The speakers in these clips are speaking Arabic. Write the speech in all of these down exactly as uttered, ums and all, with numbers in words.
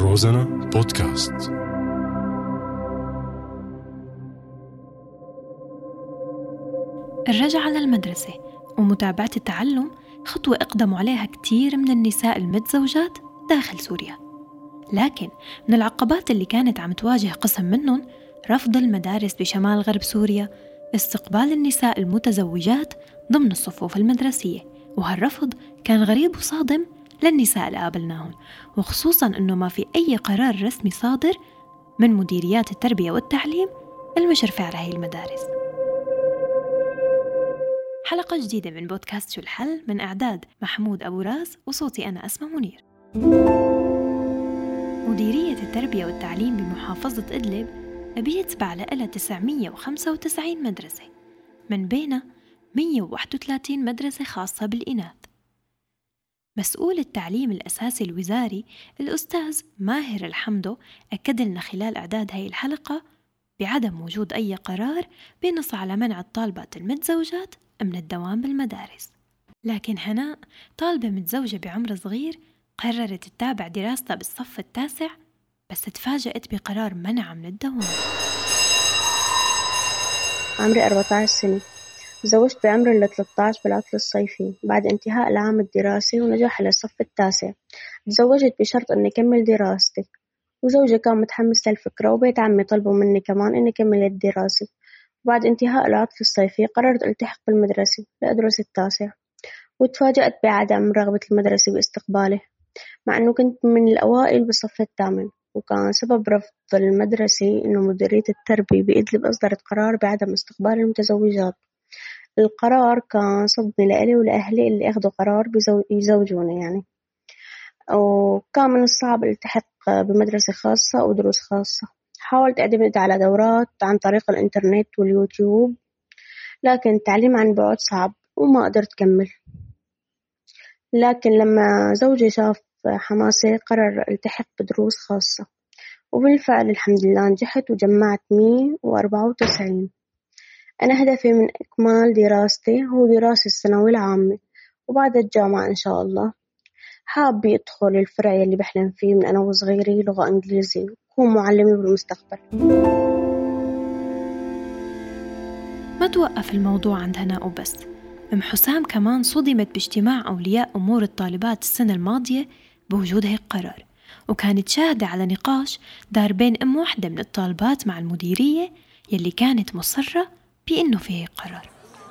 روزانا بودكاست. الرجعة للمدرسة ومتابعة التعلم خطوة أقدموا عليها كتير من النساء المتزوجات داخل سوريا، لكن من العقبات اللي كانت عم تواجه قسم منهم رفض المدارس بشمال غرب سوريا استقبال النساء المتزوجات ضمن الصفوف المدرسية. وهالرفض كان غريب وصادم للنساء اللي قابلناهم، وخصوصاً أنه ما في أي قرار رسمي صادر من مديريات التربية والتعليم المشرفة على هاي المدارس. حلقة جديدة من بودكاست شو الحل من إعداد محمود أبو راس وصوتي أنا أسماء منير. مديرية التربية والتعليم بمحافظة إدلب بيتبع لها تسعمية وخمسة وتسعين مدرسة، من بينها مية وواحد وثلاثين مدرسة خاصة بالإناث. مسؤول التعليم الأساسي الوزاري الأستاذ ماهر الحمدو أكد لنا خلال إعداد هاي الحلقة بعدم وجود أي قرار بينص على منع الطالبات المتزوجات من الدوام بالمدارس. لكن هناء طالبة متزوجة بعمر صغير قررت تتابع دراستها بالصف التاسع، بس تفاجأت بقرار منع من الدوام. عمري أربعة عشر سنة، تزوجت بعمر ال ثلاثة عشر بالعطلة الصيفي بعد انتهاء العام الدراسي ونجاح للصف التاسع. تزوجت بشرط أني أكمل دراستي، وزوجي كان متحمس للفكرة، وبيت عمي طلبوا مني كمان أني أكمل الدراسة. وبعد انتهاء العطلة الصيفي قررت التحق بالمدرسة لأدرس التاسع، وتفاجأت بعدم رغبة المدرسة باستقبالي مع أنه كنت من الأوائل بالصف الثامن. وكان سبب رفض المدرسة إنه مديرية التربية بإدلب أصدرت قرار بعدم استقبال المتزوجات. القرار كان صدمة لإلي ولأهلي اللي أخذوا قرار يزوجوني يعني. وكان من الصعب الالتحاق بمدرسة خاصة أو دروس خاصة. حاولت أعتمد على دورات عن طريق الإنترنت واليوتيوب، لكن التعليم عن بعد صعب وما قدرت أكمل. لكن لما زوجي شاف حماسي قرر التحق بدروس خاصة، وبالفعل الحمد لله نجحت وجمعت مية وأربعة وتسعين. أنا هدفي من إكمال دراستي هو دراسة الثانوية العامة، وبعد الجامعة إن شاء الله حاب يدخل الفرع اللي بحلم فيه من أنا وصغيري، لغة إنجليزية، وكون معلمي بالمستقبل. ما توقف الموضوع عند هناء وبس، أم حسام كمان صدمت باجتماع أولياء أمور الطالبات السنة الماضية بوجود هيك قرار، وكانت شاهدة على نقاش دار بين أم واحدة من الطالبات مع المديرية يلي كانت مصرة بأنه فيه قرار.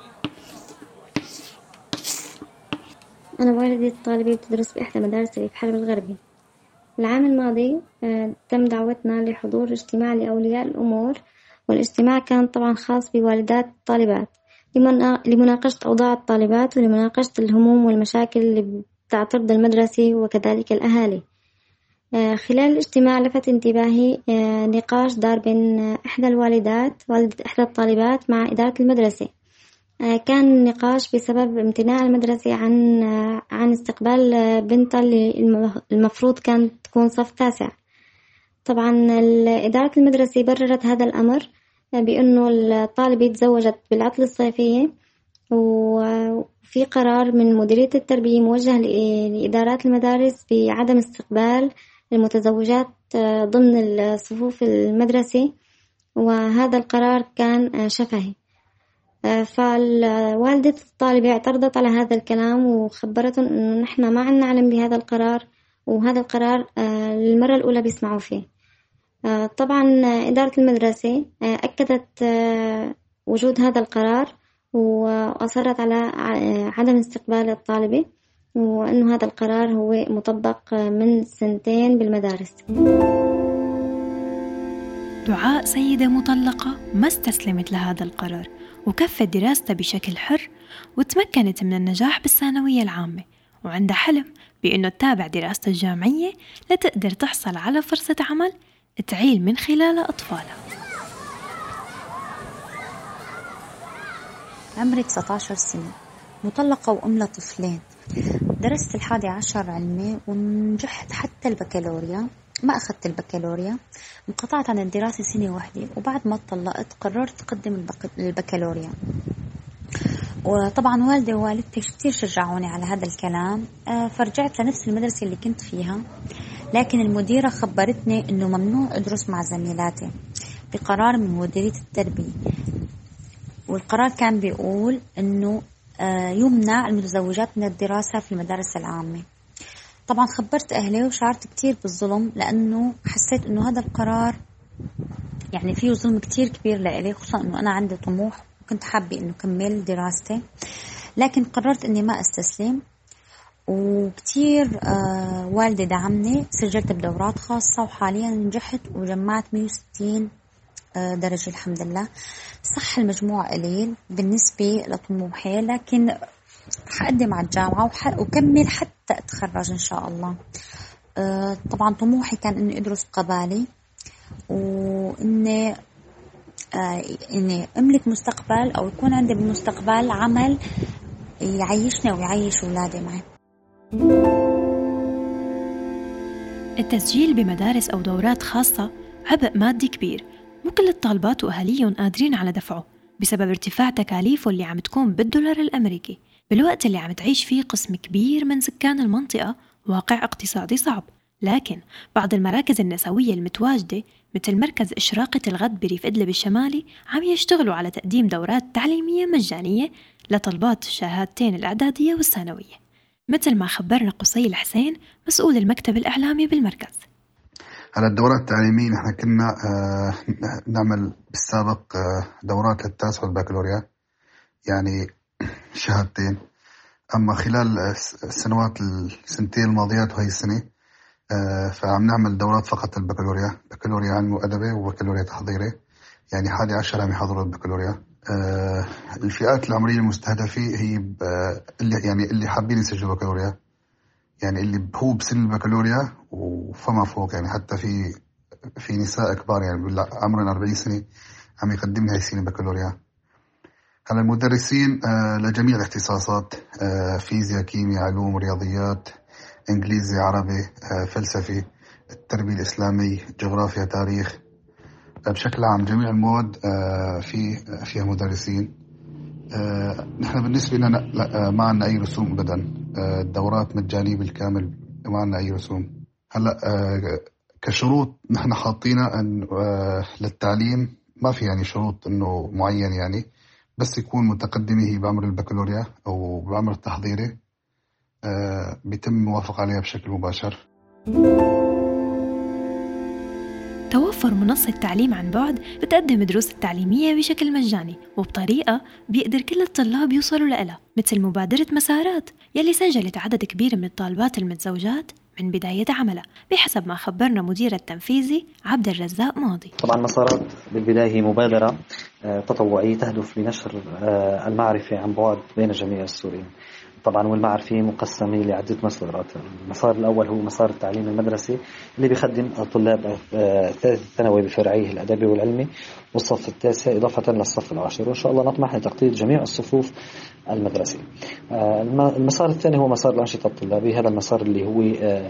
أنا والدتي طالبة بتدرس بإحدى مدارس في حلب الغربي. العام الماضي تم دعوتنا لحضور اجتماع لأولياء الأمور، والاجتماع كان طبعا خاص بوالدات الطالبات لمناقشة أوضاع الطالبات ولمناقشة الهموم والمشاكل اللي بتعترض المدرسة وكذلك الأهالي. خلال الاجتماع لفت انتباهي نقاش دار بين إحدى الوالدات والدة إحدى الطالبات مع إدارة المدرسة. كان النقاش بسبب امتناع المدرسة عن عن استقبال بنتها اللي المفروض كانت تكون صف تاسع. طبعا إدارة المدرسة بررت هذا الأمر بأنه الطالبة تزوجت بالعطلة الصيفية، وفي قرار من مديرية التربية موجه لإدارات المدارس بعدم استقبال المتزوجات ضمن الصفوف المدرسة، وهذا القرار كان شفهي. فالوالدة الطالبة اعترضت على هذا الكلام وخبرتهم أنه نحن ما عنا علم بهذا القرار، وهذا القرار للمرة الأولى بيسمعوا فيه. طبعا إدارة المدرسة أكدت وجود هذا القرار وأصرت على عدم استقبال الطالبة، وأنه هذا القرار هو مطبق من سنتين بالمدارس. دعاء سيدة مطلقة ما استسلمت لهذا القرار وكفت دراستها بشكل حر، وتمكنت من النجاح بالثانوية العامة، وعندها حلم بأنه تتابع دراستها الجامعية لتقدر تحصل على فرصة عمل تعيل من خلالها أطفالها. عمري تسعة عشر سنة، مطلقة وأم لطفلين. درست الحادي عشر علمي ونجحت حتى البكالوريا. ما أخذت البكالوريا، انقطعت عن الدراسة سنة واحدة، وبعد ما اتطلقت قررت أقدم البك... البكالوريا. وطبعا والدي ووالدتي كتير شجعوني على هذا الكلام، فرجعت لنفس المدرسة اللي كنت فيها. لكن المديرة خبرتني إنه ممنوع أدرس مع زميلاتي بقرار من مديرية التربية، والقرار كان بيقول إنه يمنع المتزوجات من الدراسة في المدارس العامة. طبعا خبرت أهلي وشعرت كتير بالظلم، لأنه حسيت إنه هذا القرار يعني فيه ظلم كتير كبير لإلي، خصوصا إنه أنا عندي طموح وكنت حابة إنه كمل دراستي. لكن قررت إني ما أستسلم، وكتير آه والدي دعمني، سجلت بدورات خاصة وحاليا نجحت وجمعت مية وستين آه درجة الحمد لله. صح المجموع قليل بالنسبة لطموحي، لكن حقدم على الجامعة وكمل حتى أتخرج إن شاء الله. آه طبعا طموحي كان إني أدرس قبالي، وإني آه إني أملك مستقبل أو يكون عندي بالمستقبل عمل يعيشني ويعيش أولادي معي. التسجيل بمدارس أو دورات خاصة عبء مادي كبير، مو كل الطالبات وأهاليهم قادرين على دفعه بسبب ارتفاع تكاليفه اللي عم تكون بالدولار الأمريكي، بالوقت اللي عم تعيش فيه قسم كبير من سكان المنطقة واقع اقتصادي صعب. لكن بعض المراكز النسوية المتواجدة مثل مركز إشراقة الغد بريف إدلب الشمالي عم يشتغلوا على تقديم دورات تعليمية مجانية لطلبات الشهادتين الإعدادية والثانوية، مثل ما خبرنا قصي الحسين مسؤول المكتب الإعلامي بالمركز. على الدورات التعليمية نحن كنا آه نعمل بالسابق آه دورات للتاسع والبكالوريا، يعني شهادتين. أما خلال السنوات السنتين الماضيات وهي السنة آه فعم نعمل دورات فقط البكالوريا، بكالوريا علم وأدبي وبكالوريا تحضيري، يعني حادي عشر عم يحضروا البكالوريا. آه الفئات العمرية المستهدفة هي اللي يعني اللي حابين يسجلوا بكالوريا، يعني اللي هو بسن البكالوريا وفما فوق، يعني حتى في في نساء كبار يعني عمرنا أربعين سنة عم يقدمنا هاي السنة بكالوريا. هلا المدرسين آه لجميع الاختصاصات، آه فيزياء، كيمياء، علوم، رياضيات، انجليزي، عربي، آه فلسفي، التربية الإسلامي، جغرافيا، تاريخ، آه بشكل عام جميع المواد آه في فيها مدرسين. آه نحن بالنسبة لنا لا آه ما عنا أي رسوم أبدا، آه الدورات مجانية بالكامل، ما عنا أي رسوم. هلا آه كشروط نحن حاطينا أن آه للتعليم ما في يعني شروط إنه معين، يعني بس يكون متقدمة هي بعمر البكالوريا أو بعمر التحضيري آه بيتم موافق عليها بشكل مباشر. توفر منصة تعليم عن بعد بتقدم دروس التعليمية بشكل مجاني وبطريقة بيقدر كل الطلاب يوصلوا لها، مثل مبادرة مسارات يلي سجلت عدد كبير من الطالبات المتزوجات من بداية عملها بحسب ما خبرنا مدير التنفيذي عبد الرزاق ماضي. طبعا مسارات بالبداية هي مبادرة تطوعية تهدف لنشر المعرفة عن بعد بين جميع السوريين. طبعا والمعرفة مقسمة لعدة مسارات. المسار الأول هو مسار التعليم المدرسي اللي بيخدم الطلاب الثالث الثانوي بفرعيه الأدبي والعلمي والصف التاسع إضافة للصف العاشر، وإن شاء الله نطمح لتغطية جميع الصفوف المدرسية. المسار الثاني هو مسار الأنشطة الطلابية. هذا المسار اللي هو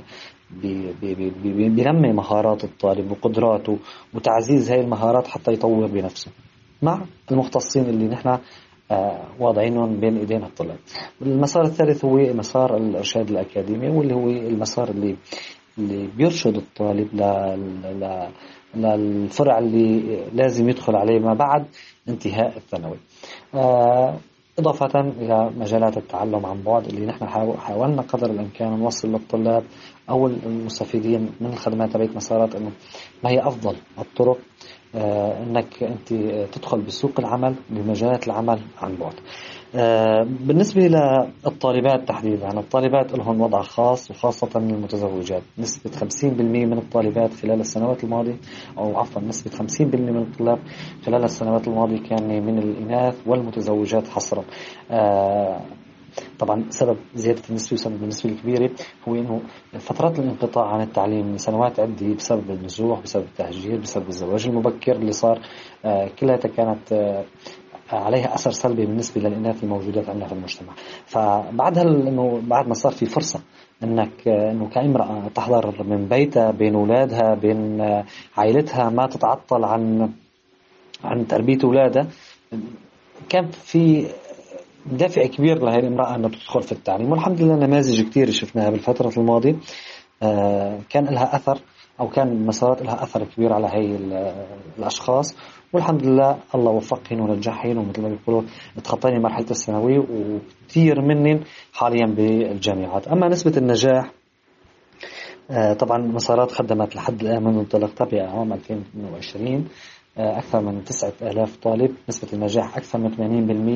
بينمي مهارات الطالب وقدراته وتعزيز هاي المهارات حتى يطور بنفسه مع المختصين اللي نحن واضعينهم بين ايدين الطلاب. المسار الثالث هو مسار الارشاد الاكاديمي، واللي هو المسار اللي اللي بيرشد الطالب ل للفرع اللي لازم يدخل عليه ما بعد انتهاء الثانوي، إضافة إلى مجالات التعلم عن بعد اللي نحن حاولنا قدر الإمكان نوصل للطلاب أو المستفيدين من الخدمات تبعت مسارات إنه ما هي أفضل الطرق آه انك انت تدخل بسوق العمل بمجالات العمل عن بعد. آه بالنسبة للطالبات تحديدا، يعني الطالبات لهم وضع خاص وخاصة المتزوجات. نسبة خمسين بالمئة من الطالبات خلال السنوات الماضية أو عفوا نسبة خمسين بالمئة من الطلاب خلال السنوات الماضية كان من الإناث والمتزوجات حصرا. آه طبعا سبب زيادة النسبة وسبب النسبة الكبيرة هو إنه فترات الانقطاع عن التعليم لسنوات عدة بسبب النزوح، بسبب التهجير، بسبب الزواج المبكر اللي صار، آه كلها كانت آه عليها أثر سلبي بالنسبة للإناث الموجودات عندنا في المجتمع. فبعدها إنه بعد ما صار في فرصة إنك آه إنه كامرأة تحضر من بيتها بين أولادها بين آه عائلتها، ما تتعطل عن عن تربية أولادها، كان في دافع كبير لهي الامرأة أنها تدخل في التعليم. والحمد لله نماذج كتير شفناها بالفترة الماضية كان لها أثر أو كان المسارات لها أثر كبير على هاي الأشخاص، والحمد لله الله وفقهن ونجحهن، ومثل ما بيقولوا تخطيني مرحلة الثانوية وكثير منن حاليا بالجامعات. أما نسبة النجاح طبعا مسارات خدمت لحد الآن من انطلاقتها بعام ألفين واثنين وعشرين أكثر من تسعة آلاف طالب، نسبة النجاح أكثر من ثمانين بالمئة.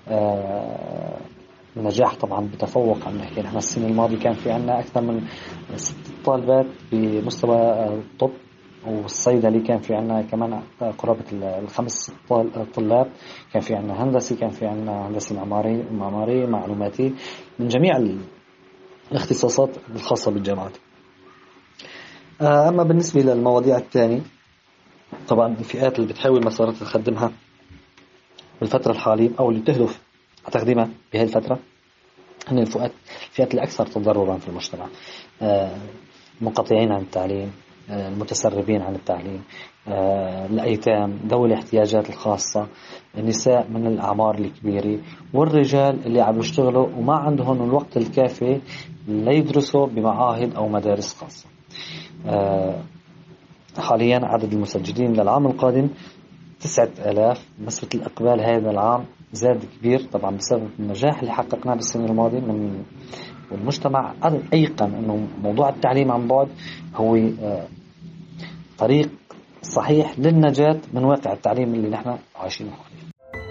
النجاح طبعا بتفوق عن نحكي نحن السنة الماضية كان في عنا أكثر من ست طالبات بمستوى الطب، والصيدلي كان في عنا كمان قرابة الخمس طلاب، كان في عنا هندسي، كان في عنا هندسي معماري معماري معلوماتي، من جميع الاختصاصات الخاصة بالجامعات. أما بالنسبة للمواضيع الثانية طبعا الفئات اللي بتحاول مسارات تخدمها بالفترة الحالية أو اللي بتهدف تقديمها بهذه الفترة هن الفئات الفئات الأكثر تضررا في المجتمع، منقطعين عن التعليم، المتسربين عن التعليم، الأيتام، ذوي الاحتياجات الخاصة، النساء من الأعمار الكبيرة، والرجال اللي عم يشتغلوا وما عندهم الوقت الكافي ليدرسوا بمعاهد أو مدارس خاصة. حاليا عدد المسجلين للعام القادم تسعة آلاف. نسبة الإقبال هذا العام زاد كبير طبعا بسبب النجاح اللي حققناه بالسنة الماضية من والمجتمع أيقن أنه موضوع التعليم عن بعد هو طريق صحيح للنجاة من واقع التعليم اللي نحن عايشينه حاليا.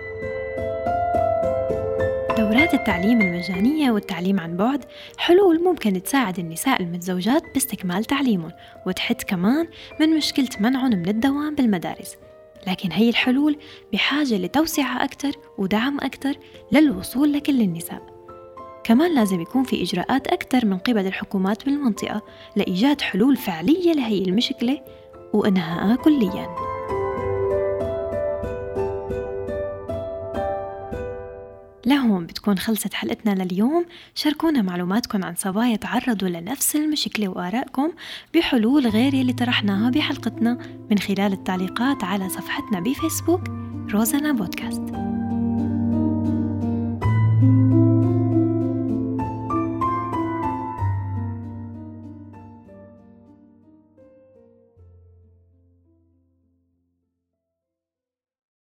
دورات التعليم المجانية والتعليم عن بعد حلول ممكن تساعد النساء المتزوجات باستكمال تعليمهم، وتحد كمان من مشكلة منعهم من الدوام بالمدارس. لكن هي الحلول بحاجة لتوسعة أكتر ودعم أكتر للوصول لكل النساء. كمان لازم يكون في إجراءات أكتر من قبل الحكومات بالمنطقة لإيجاد حلول فعلية لهي المشكلة وإنهاءها كلياً. لهون بتكون خلصت حلقتنا لليوم. شاركونا معلوماتكم عن صبايا تعرضوا لنفس المشكلة وآرائكم بحلول غير اللي طرحناها بحلقتنا من خلال التعليقات على صفحتنا بفيسبوك روزانا بودكاست.